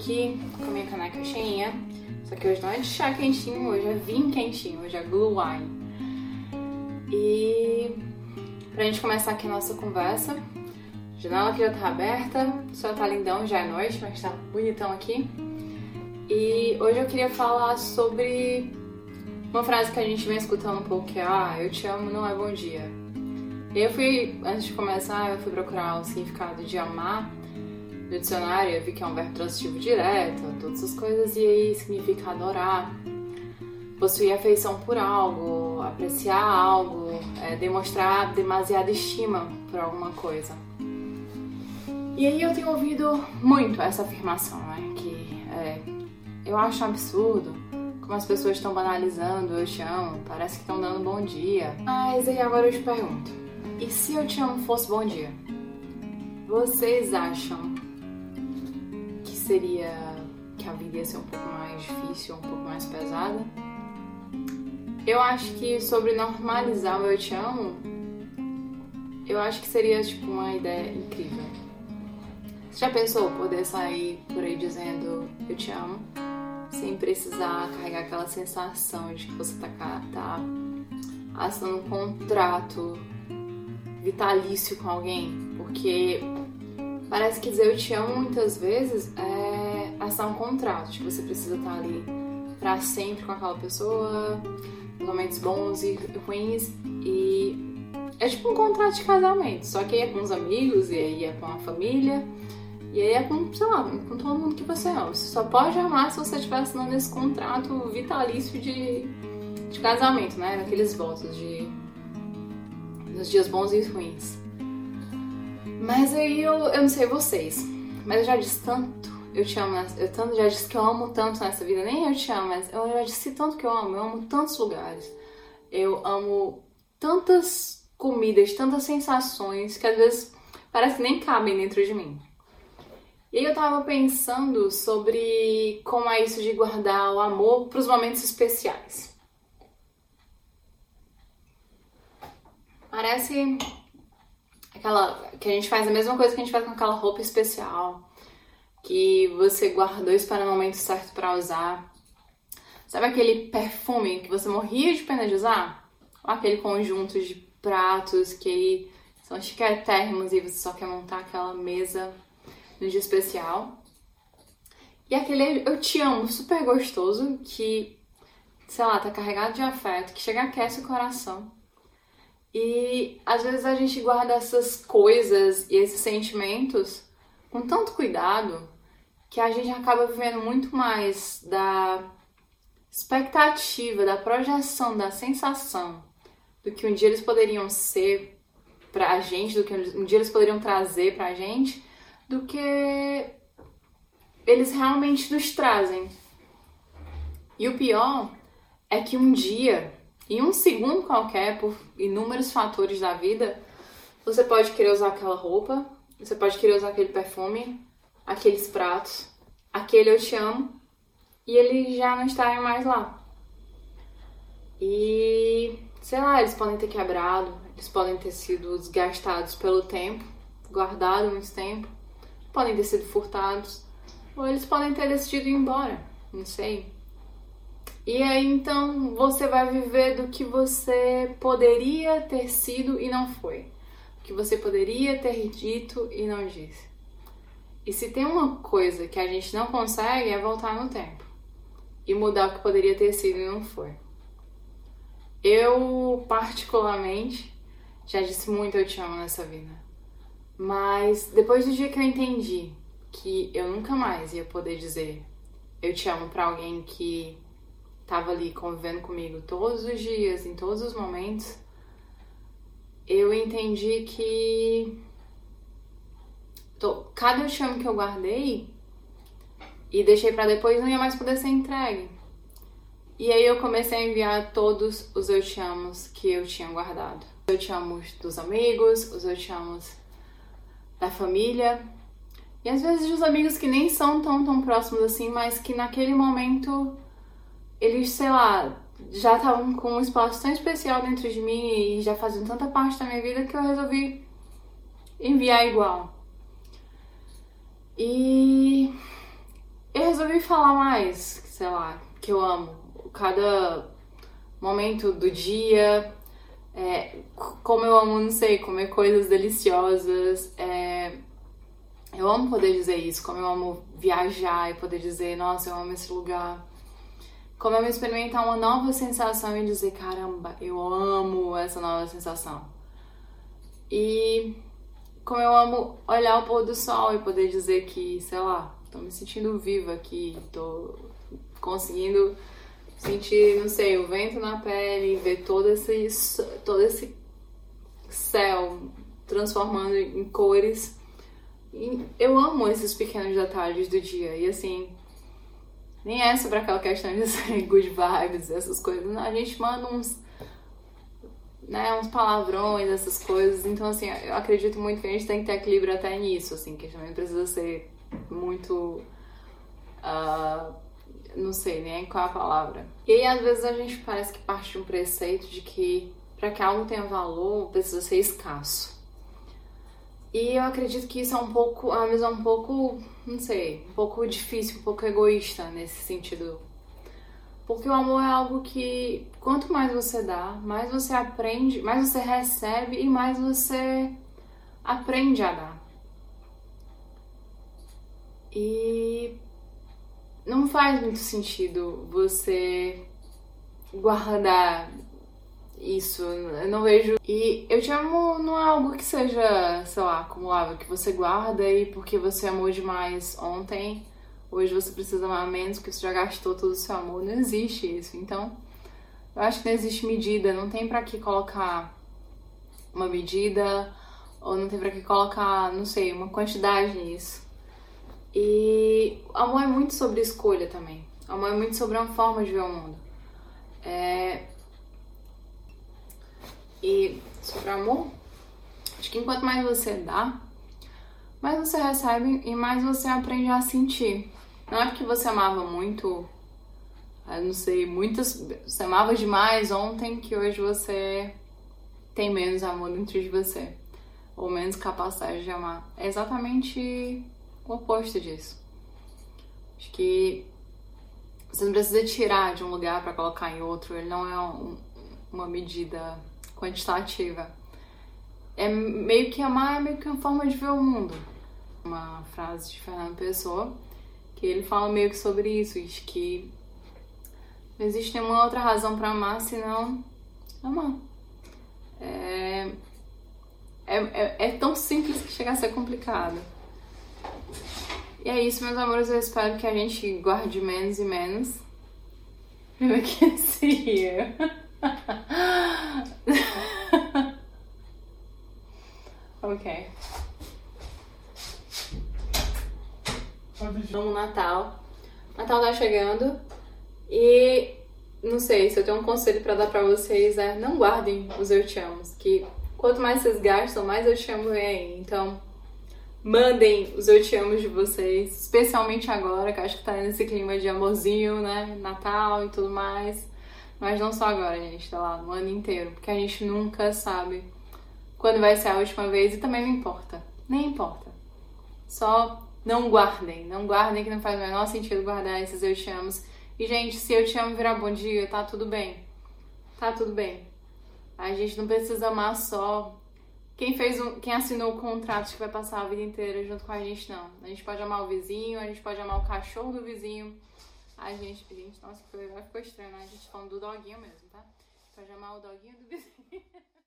aqui com a minha caneca cheinha. Só que hoje não é de chá quentinho, hoje é vinho quentinho, hoje é Glühwein wine. E pra gente começar aqui a nossa conversa, a janela aqui já tá aberta, o céu tá lindão, já é noite, mas tá bonitão aqui. E hoje eu queria falar sobre uma frase que a gente vem escutando um pouco, que é eu te amo, não é bom dia. E antes de começar, eu fui procurar o significado de amar no dicionário, eu vi que é um verbo transitivo direto, todas essas coisas, e aí significa adorar, possuir afeição por algo, apreciar algo, demonstrar demasiada estima por alguma coisa. E aí eu tenho ouvido muito essa afirmação, né, que eu acho um absurdo como as pessoas estão banalizando eu te amo, parece que estão dando bom dia. Mas aí agora eu te pergunto, e se eu te amo fosse bom dia? Vocês acham que a vida ia ser um pouco mais difícil, um pouco mais pesada? Eu acho que sobre normalizar o eu te amo, eu acho que seria tipo uma ideia incrível. Você já pensou poder sair por aí dizendo eu te amo, sem precisar carregar aquela sensação de que você tá assinando um contrato vitalício com alguém? Porque parece que dizer eu te amo muitas vezes é assinar um contrato, de que você precisa estar ali pra sempre com aquela pessoa, nos momentos bons e ruins, e é tipo um contrato de casamento, só que aí é com os amigos, e aí é com a família, e aí é com, sei lá, com todo mundo que você ama. Você só pode amar se você estiver assinando esse contrato vitalício de casamento, né, daqueles votos dos dias bons e ruins. Mas aí eu não sei vocês, mas eu já disse tanto eu te amo, eu já disse que eu amo tanto nessa vida, nem eu te amo, mas eu já disse tanto que eu amo tantos lugares, eu amo tantas comidas, tantas sensações que às vezes parece que nem cabem dentro de mim. E aí eu tava pensando sobre como é isso de guardar o amor pros momentos especiais. Parece aquela que a gente faz a mesma coisa que a gente faz com aquela roupa especial, que você guardou isso para o momento certo para usar. Sabe aquele perfume que você morria de pena de usar? Ou aquele conjunto de pratos que aí são chiquérrimos e você só quer montar aquela mesa no dia especial. E aquele eu te amo super gostoso que, sei lá, tá carregado de afeto, que chega a aquece o coração. E às vezes a gente guarda essas coisas e esses sentimentos com tanto cuidado que a gente acaba vivendo muito mais da expectativa, da projeção, da sensação do que um dia eles poderiam ser pra gente, do que um dia eles poderiam trazer pra gente, do que eles realmente nos trazem. E o pior é que um dia, em um segundo qualquer, por inúmeros fatores da vida, você pode querer usar aquela roupa, você pode querer usar aquele perfume, aqueles pratos, aquele eu te amo, e eles já não estarem mais lá. E, sei lá, eles podem ter quebrado, eles podem ter sido desgastados pelo tempo, guardados muito tempo, podem ter sido furtados, ou eles podem ter decidido ir embora, não sei. E aí, então, você vai viver do que você poderia ter sido e não foi. O que você poderia ter dito e não disse. E se tem uma coisa que a gente não consegue é voltar no tempo e mudar o que poderia ter sido e não foi. Eu, particularmente, já disse muito eu te amo nessa vida. Mas depois do dia que eu entendi que eu nunca mais ia poder dizer eu te amo pra alguém que tava ali convivendo comigo todos os dias, em todos os momentos, eu entendi que cada eu te amo que eu guardei e deixei pra depois não ia mais poder ser entregue. E aí eu comecei a enviar todos os eu te amos que eu tinha guardado. Eu te amo dos amigos, os eu te amos da família. E às vezes dos amigos que nem são tão próximos assim, mas que naquele momento eles, sei lá, já estavam com um espaço tão especial dentro de mim e já faziam tanta parte da minha vida que eu resolvi enviar igual. E eu resolvi falar mais, sei lá, que eu amo. Cada momento do dia, como eu amo, não sei, comer coisas deliciosas. Eu amo poder dizer isso, como eu amo viajar e poder dizer, nossa, eu amo esse lugar. Como eu amo experimentar uma nova sensação e dizer, caramba, eu amo essa nova sensação. E como eu amo olhar o pôr do sol e poder dizer que, sei lá, tô me sentindo viva aqui, tô conseguindo sentir, não sei, o vento na pele, ver todo esse céu transformando em cores. E eu amo esses pequenos detalhes do dia. E assim, nem é sobre aquela questão de ser good vibes, essas coisas. Não, a gente manda uns palavrões, essas coisas. Então, assim, eu acredito muito que a gente tem que ter equilíbrio até nisso, assim, que a gente também precisa ser muito... não sei nem qual é a palavra. E aí, às vezes, a gente parece que parte de um preceito de que para que algo tenha valor, precisa ser escasso. E eu acredito que isso é uma visão um pouco, não sei, um pouco difícil, um pouco egoísta nesse sentido. Porque o amor é algo que, quanto mais você dá, mais você aprende, mais você recebe e mais você aprende a dar. E não faz muito sentido você guardar isso, eu não vejo. E eu te amo não é algo que seja, sei lá, acumulável, que você guarda e porque você amou demais ontem, hoje você precisa amar menos porque você já gastou todo o seu amor. Não existe isso. Então, eu acho que não existe medida, não tem pra que colocar uma medida, ou não tem pra que colocar, não sei, uma quantidade nisso. E o amor é muito sobre escolha também. O amor é muito sobre uma forma de ver o mundo. E sobre amor, acho que enquanto mais você dá, mais você recebe e mais você aprende a sentir. Não é porque você amava muito, eu não sei, você amava demais ontem que hoje você tem menos amor dentro de você. Ou menos capacidade de amar. É exatamente o oposto disso. Acho que você não precisa tirar de um lugar para colocar em outro. Ele não é uma medida quantitativa. É meio que amar, é meio que uma forma de ver o mundo. Uma frase de Fernando Pessoa, que ele fala meio que sobre isso, de que não existe nenhuma outra razão para amar senão amar. É tão simples que chega a ser complicado. E é isso, meus amores. Eu espero que a gente guarde menos e menos. Eu aqueci. Ok. Vamos Natal. Natal tá chegando. E não sei, se eu tenho um conselho pra dar pra vocês não guardem os eu te amo. Que quanto mais vocês gastam, mais eu te amo vem aí. Então, mandem os eu te amo de vocês, especialmente agora, que eu acho que tá nesse clima de amorzinho, né? Natal e tudo mais. Mas não só agora, gente, tá lá no ano inteiro. Porque a gente nunca sabe quando vai ser a última vez e também não importa. Nem importa. Só não guardem que não faz o menor sentido guardar esses eu te amos. E, gente, se eu te amo virar bom dia, tá tudo bem. Tá tudo bem. A gente não precisa amar só quem assinou o contrato que vai passar a vida inteira junto com a gente, não. A gente pode amar o vizinho, a gente pode amar o cachorro do vizinho. Nossa, ficou estranho, né? A gente falando do doguinho mesmo, tá? Pode amar o doguinho do vizinho.